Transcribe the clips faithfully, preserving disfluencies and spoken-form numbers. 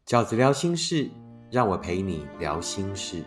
饺子聊心事，让我陪你聊心事。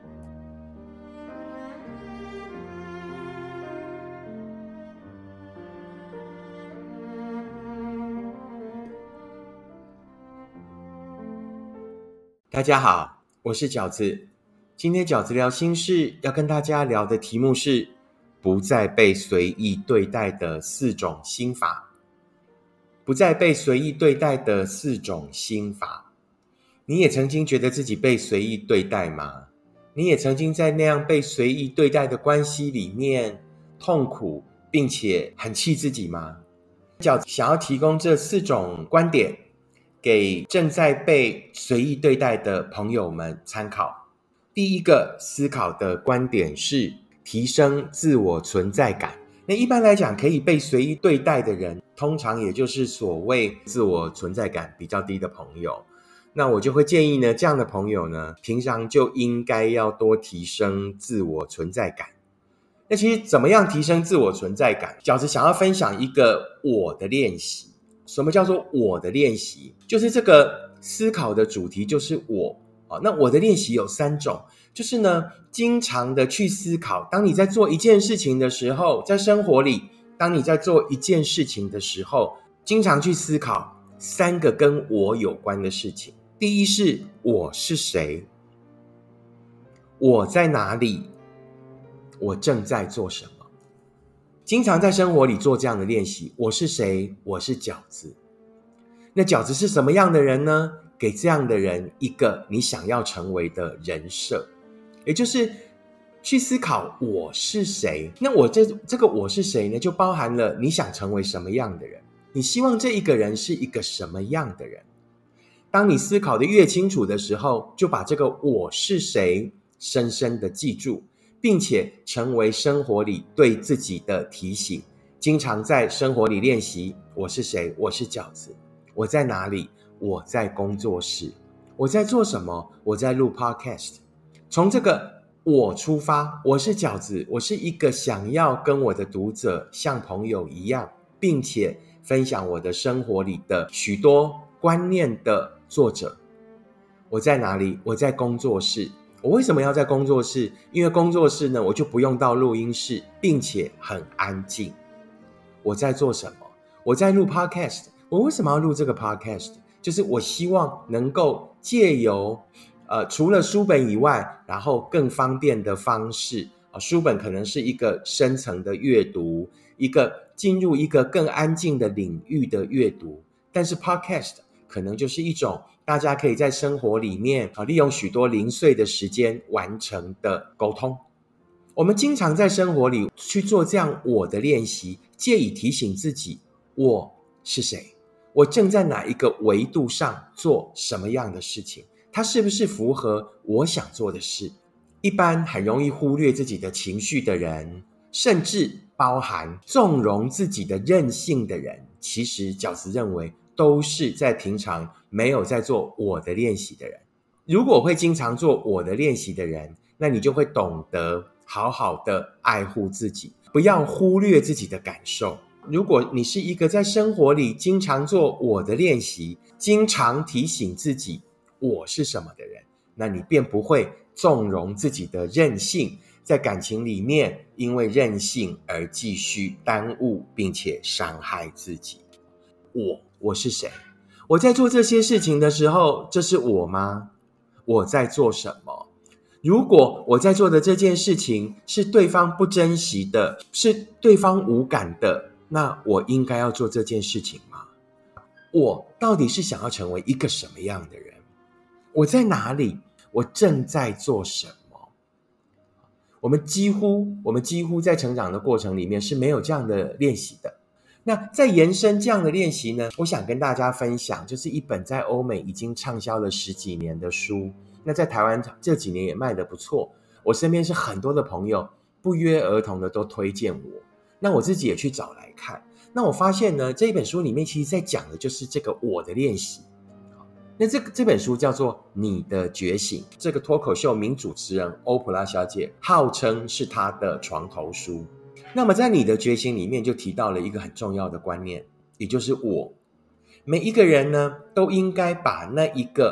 大家好，我是饺子。今天饺子聊心事要跟大家聊的题目是不再被随意对待的四种心法。不再被随意对待的四种心法。你也曾经觉得自己被随意对待吗？你也曾经在那样被随意对待的关系里面痛苦，并且很气自己吗？饺子想要提供这四种观点给正在被随意对待的朋友们参考。第一个思考的观点是提升自我存在感。那一般来讲，可以被随意对待的人，通常也就是所谓自我存在感比较低的朋友。那我就会建议呢，这样的朋友呢，平常就应该要多提升自我存在感。那其实怎么样提升自我存在感？饺子想要分享一个我的练习。什么叫做我的练习？就是这个思考的主题就是我。那我的练习有三种，就是呢，经常的去思考，当你在做一件事情的时候，在生活里，当你在做一件事情的时候，经常去思考三个跟我有关的事情。第一是我是谁？我在哪里？我正在做什么？经常在生活里做这样的练习。我是谁？我是饺子。那饺子是什么样的人呢？给这样的人一个你想要成为的人设，也就是去思考我是谁。那我这这个我是谁呢，就包含了你想成为什么样的人，你希望这一个人是一个什么样的人。当你思考的越清楚的时候，就把这个我是谁深深的记住，并且成为生活里对自己的提醒。经常在生活里练习我是谁？我是饺子。我在哪里？我在工作室。我在做什么？我在录 podcast。 从这个我出发，我是饺子，我是一个想要跟我的读者像朋友一样，并且分享我的生活里的许多观念的作者。我在哪里？我在工作室。我为什么要在工作室？因为工作室呢，我就不用到录音室，并且很安静。我在做什么？我在录 podcast。 我为什么要录这个 podcast？就是我希望能够借由呃，除了书本以外，然后更方便的方式、呃、书本可能是一个深层的阅读，一个进入一个更安静的领域的阅读，但是 podcast 可能就是一种大家可以在生活里面、呃、利用许多零碎的时间完成的沟通。我们经常在生活里去做这样我的练习，借以提醒自己我是谁，我正在哪一个维度上做什么样的事情，它是不是符合我想做的事。一般很容易忽略自己的情绪的人，甚至包含纵容自己的任性的人，其实饺子认为都是在平常没有在做我的练习的人。如果会经常做我的练习的人，那你就会懂得好好的爱护自己，不要忽略自己的感受。如果你是一个在生活里经常做我的练习，经常提醒自己我是什么的人，那你便不会纵容自己的任性，在感情里面因为任性而继续耽误并且伤害自己。我我是谁？我在做这些事情的时候，这是我吗？我在做什么？如果我在做的这件事情是对方不珍惜的，是对方无感的，那我应该要做这件事情吗？我到底是想要成为一个什么样的人？我在哪里？我正在做什么？我们几乎我们几乎在成长的过程里面是没有这样的练习的。那在延伸这样的练习呢，我想跟大家分享，就是一本在欧美已经畅销了十几年的书，那在台湾这几年也卖得不错，我身边是很多的朋友不约而同的都推荐我，那我自己也去找来看。那我发现呢，这一本书里面其实在讲的就是这个我的练习。那这个这本书叫做你的觉醒，这个脱口秀名主持人欧普拉小姐号称是她的床头书。那么在你的觉醒里面就提到了一个很重要的观念，也就是我。每一个人呢都应该把那一个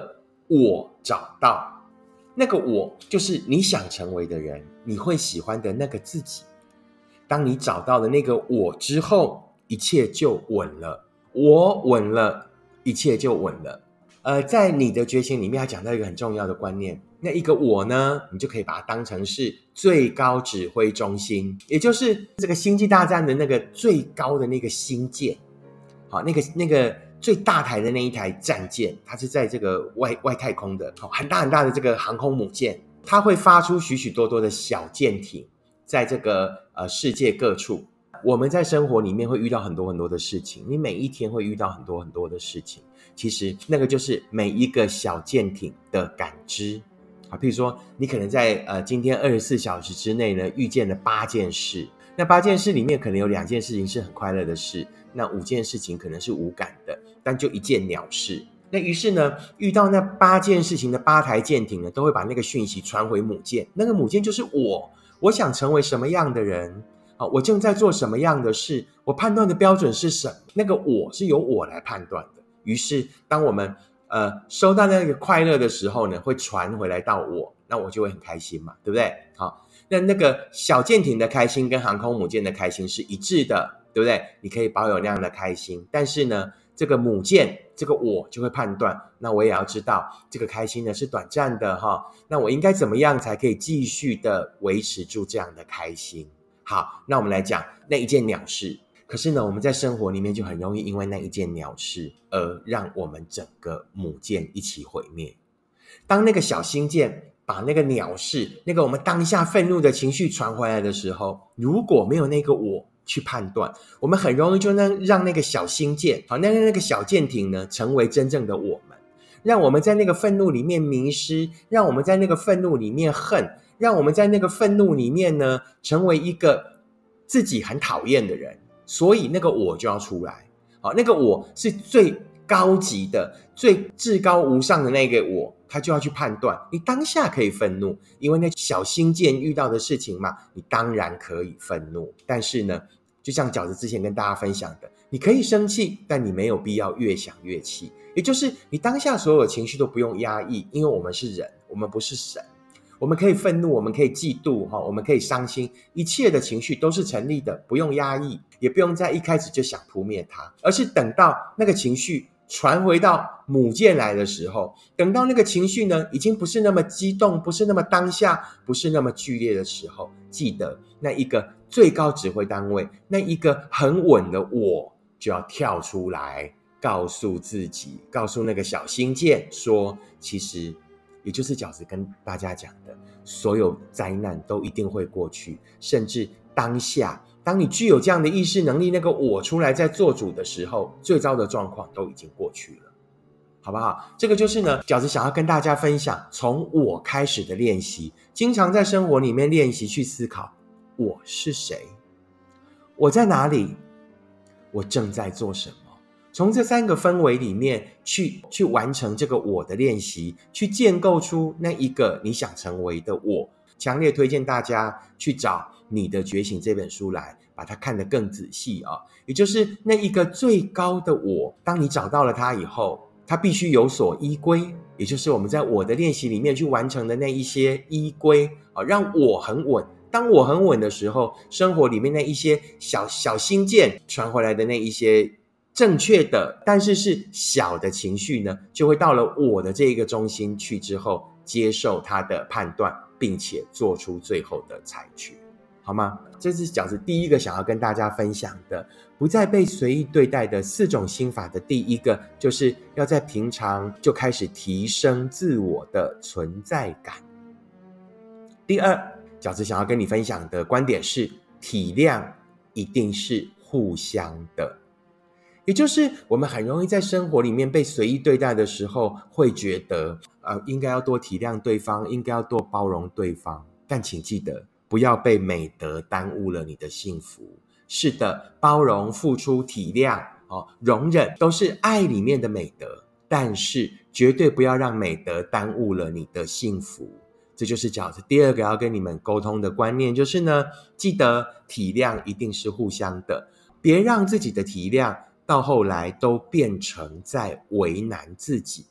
我找到，那个我就是你想成为的人，你会喜欢的那个自己。当你找到了那个我之后，一切就稳了，我稳了，一切就稳了。呃，在你的觉醒里面，他讲到一个很重要的观念，那一个我呢，你就可以把它当成是最高指挥中心，也就是这个星际大战的那个最高的那个星舰，好，那个那个最大台的那一台战舰，它是在这个外外太空的，好，很大很大的这个航空母舰，它会发出许许多多的小舰艇，在这个呃世界各处。我们在生活里面会遇到很多很多的事情，你每一天会遇到很多很多的事情，其实那个就是每一个小舰艇的感知。好，譬如说你可能在呃今天二十四小时之内呢遇见了八件事，那八件事里面可能有两件事情是很快乐的事，那五件事情可能是无感的，但就一件鸟事。那于是呢，遇到那八件事情的八台舰艇呢，都会把那个讯息传回母舰，那个母舰就是我，我想成为什么样的人，我正在做什么样的事，我判断的标准是什么，那个我是由我来判断的。于是当我们呃收到那个快乐的时候呢，会传回来到我，那我就会很开心嘛，对不对？好，那那个小舰艇的开心跟航空母舰的开心是一致的，对不对？你可以保有那样的开心，但是呢这个母舰这个我就会判断，那我也要知道这个开心呢是短暂的哈，那我应该怎么样才可以继续的维持住这样的开心。好，那我们来讲那一件鸟事。可是呢，我们在生活里面就很容易因为那一件鸟事而让我们整个母舰一起毁灭。当那个小星舰把那个鸟事，那个我们当下愤怒的情绪传回来的时候，如果没有那个我去判断，我们很容易就能让那个小星舰，好，那那个小舰艇呢，成为真正的我们，让我们在那个愤怒里面迷失，让我们在那个愤怒里面恨，让我们在那个愤怒里面呢，成为一个自己很讨厌的人，所以那个我就要出来。好，那个我是最高级的、最至高无上的那个我，他就要去判断。你当下可以愤怒，因为那小星舰遇到的事情嘛，你当然可以愤怒。但是呢，就像饺子之前跟大家分享的，你可以生气，但你没有必要越想越气。也就是你当下所有的情绪都不用压抑，因为我们是人，我们不是神。我们可以愤怒，我们可以嫉妒，我们可以伤心，一切的情绪都是成立的，不用压抑，也不用在一开始就想扑灭它，而是等到那个情绪传回到母舰来的时候，等到那个情绪呢已经不是那么激动，不是那么当下，不是那么剧烈的时候，记得那一个最高指挥单位，那一个很稳的我就要跳出来，告诉自己，告诉那个小星舰说，其实也就是饺子跟大家讲的，所有灾难都一定会过去，甚至当下当你具有这样的意识能力，那个我出来在做主的时候，最糟的状况都已经过去了，好不好？这个就是呢，饺子想要跟大家分享从我开始的练习，经常在生活里面练习去思考，我是谁？我在哪里？我正在做什么？从这三个氛围里面去去完成这个我的练习，去建构出那一个你想成为的我。强烈推荐大家去找你的觉醒这本书来把它看得更仔细啊，也就是那一个最高的我，当你找到了它以后，它必须有所依归，也就是我们在我的练习里面去完成的那一些依归啊，让我很稳。当我很稳的时候，生活里面那一些小小星舰传回来的那一些正确的但是是小的情绪呢，就会到了我的这一个中心去之后，接受它的判断，并且做出最后的裁决，好吗？这是饺子第一个想要跟大家分享的，不再被随意对待的四种心法的第一个，就是要在平常就开始提升自我的存在感。第二，饺子想要跟你分享的观点是，体谅一定是互相的。也就是我们很容易在生活里面被随意对待的时候，会觉得呃，应该要多体谅对方，应该要多包容对方，但请记得不要被美德耽误了你的幸福。是的，包容、付出、体谅、哦、容忍都是爱里面的美德，但是绝对不要让美德耽误了你的幸福。这就是饺子第二个要跟你们沟通的观念，就是呢，记得体谅一定是互相的，别让自己的体谅到后来都变成在为难自己。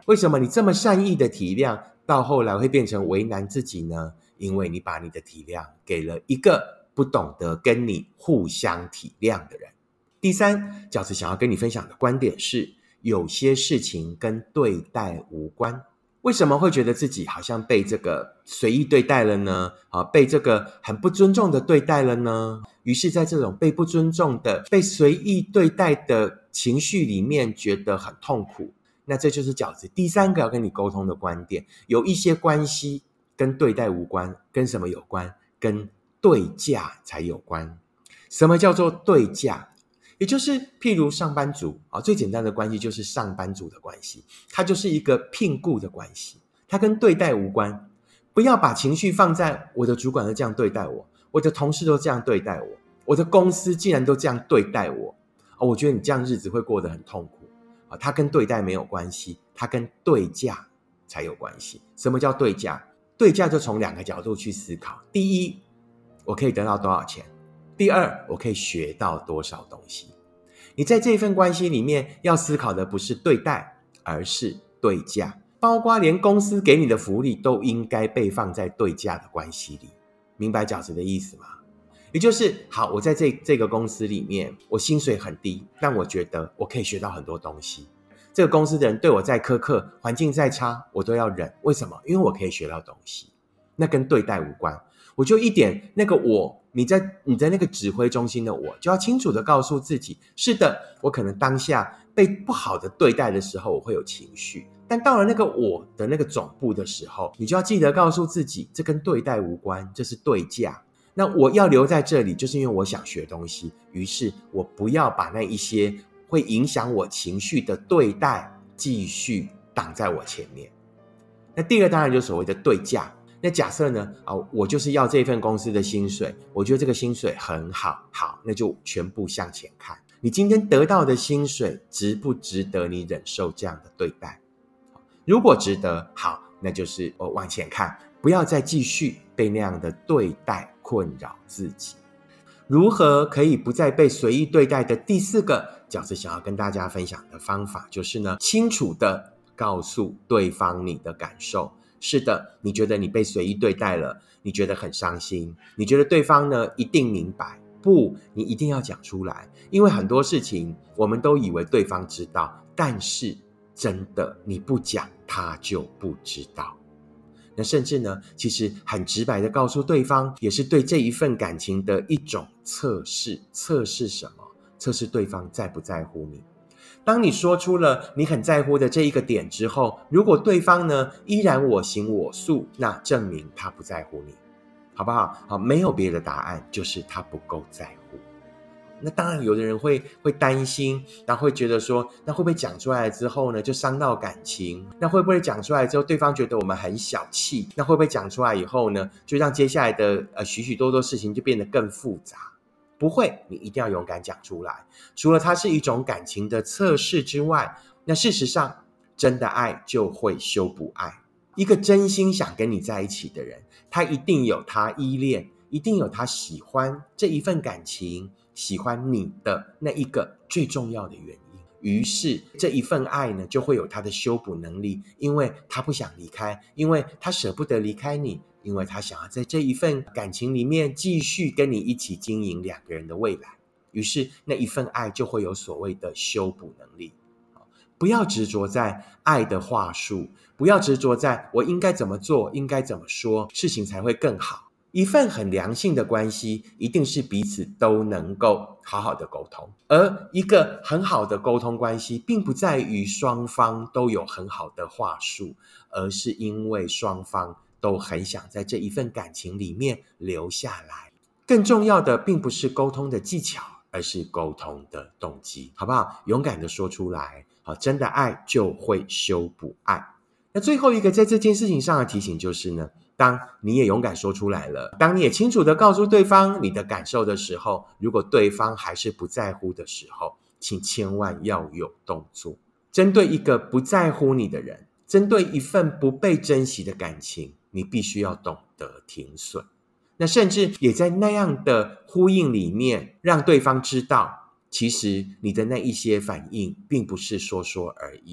为什么你这么善意的体谅，到后来会变成为难自己呢？因为你把你的体谅给了一个不懂得跟你互相体谅的人。第三，饺子想要跟你分享的观点是，有些事情跟对待无关。为什么会觉得自己好像被这个随意对待了呢？啊，被这个很不尊重的对待了呢？于是在这种被不尊重的、被随意对待的情绪里面觉得很痛苦。那这就是饺子第三个要跟你沟通的观点，有一些关系跟对待无关，跟什么有关？跟对价才有关。什么叫做对价？也就是譬如上班族、哦、最简单的关系就是上班族的关系，它就是一个聘雇的关系，它跟对待无关。不要把情绪放在我的主管都这样对待我，我的同事都这样对待我，我的公司竟然都这样对待我、哦、我觉得你这样日子会过得很痛苦、哦、它跟对待没有关系，它跟对价才有关系。什么叫对价？对价就从两个角度去思考。第一，我可以得到多少钱？第二，我可以学到多少东西。你在这份关系里面要思考的不是对待，而是对价，包括连公司给你的福利都应该被放在对价的关系里。明白饺子的意思吗？也就是好，我在这这个公司里面，我薪水很低，但我觉得我可以学到很多东西。这个公司的人对我再苛刻，环境再差，我都要忍。为什么？因为我可以学到东西。那跟对待无关。我就一点那个我，你在你在那个指挥中心的我，就要清楚的告诉自己，是的，我可能当下被不好的对待的时候，我会有情绪，但到了那个我的那个总部的时候，你就要记得告诉自己，这跟对待无关，这是对价。那我要留在这里，就是因为我想学东西，于是我不要把那一些会影响我情绪的对待继续挡在我前面。那第二当然就是所谓的对价。那假设呢、啊、我就是要这份公司的薪水，我觉得这个薪水很好，好，那就全部向前看。你今天得到的薪水值不值得你忍受这样的对待？如果值得，好，那就是我往前看，不要再继续被那样的对待困扰自己。如何可以不再被随意对待的第四个饺子想要跟大家分享的方法，就是呢，清楚的告诉对方你的感受。是的，你觉得你被随意对待了，你觉得很伤心，你觉得对方呢一定明白，不，你一定要讲出来。因为很多事情我们都以为对方知道，但是真的你不讲他就不知道。那甚至呢，其实很直白的告诉对方，也是对这一份感情的一种测试。测试什么？测试对方在不在乎你。当你说出了你很在乎的这一个点之后，如果对方呢依然我行我素，那证明他不在乎你，好不好？好，没有别的答案，就是他不够在乎。那当然有的人会会担心，然后会觉得说，那会不会讲出来之后呢就伤到感情？那会不会讲出来之后对方觉得我们很小气？那会不会讲出来以后呢就让接下来的呃许许多多事情就变得更复杂？不会，你一定要勇敢讲出来。除了它是一种感情的测试之外，那事实上真的爱就会修补爱。一个真心想跟你在一起的人，他一定有他依恋，一定有他喜欢这一份感情，喜欢你的那一个最重要的原因。于是这一份爱呢就会有他的修补能力，因为他不想离开，因为他舍不得离开你，因为他想要在这一份感情里面继续跟你一起经营两个人的未来。于是那一份爱就会有所谓的修补能力。不要执着在爱的话术，不要执着在我应该怎么做，应该怎么说，事情才会更好。一份很良性的关系一定是彼此都能够好好的沟通，而一个很好的沟通关系并不在于双方都有很好的话术，而是因为双方都很想在这一份感情里面留下来。更重要的并不是沟通的技巧，而是沟通的动机，好不好？勇敢的说出来，好，真的爱就会修补爱。那最后一个在这件事情上的提醒就是呢，当你也勇敢说出来了，当你也清楚的告诉对方你的感受的时候，如果对方还是不在乎的时候，请千万要有动作。针对一个不在乎你的人，针对一份不被珍惜的感情，你必须要懂得停损。那甚至也在那样的呼应里面，让对方知道，其实你的那一些反应并不是说说而已。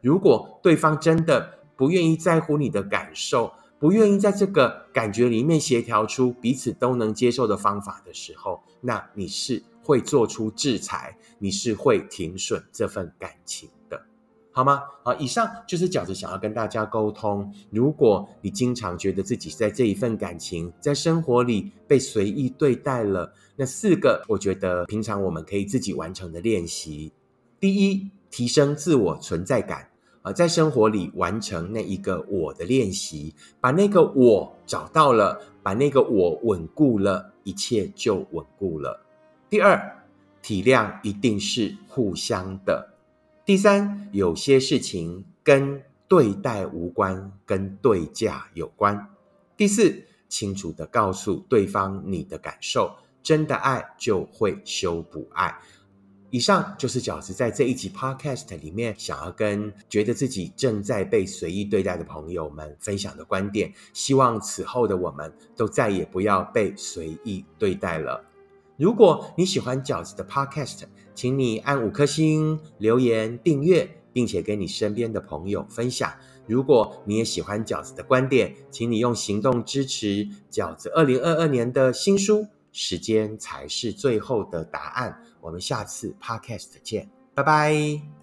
如果对方真的不愿意在乎你的感受，不愿意在这个感觉里面协调出彼此都能接受的方法的时候，那你是会做出制裁，你是会停损这份感情的，好吗？好，以上就是饺子想要跟大家沟通，如果你经常觉得自己在这一份感情，在生活里被随意对待了，那四个我觉得平常我们可以自己完成的练习。第一，提升自我存在感，呃，在生活里完成那一个我的练习，把那个我找到了，把那个我稳固了，一切就稳固了。第二，体谅一定是互相的。第三，有些事情跟对待无关，跟对价有关。第四，清楚地告诉对方你的感受，真的爱就会修补爱。以上就是饺子在这一集 podcast 里面想要跟觉得自己正在被随意对待的朋友们分享的观点，希望此后的我们都再也不要被随意对待了。如果你喜欢饺子的 podcast， 请你按五颗星、留言、订阅，并且跟你身边的朋友分享。如果你也喜欢饺子的观点，请你用行动支持饺子二零二二年的新书，时间才是最后的答案。我们下次 podcast 见，拜拜。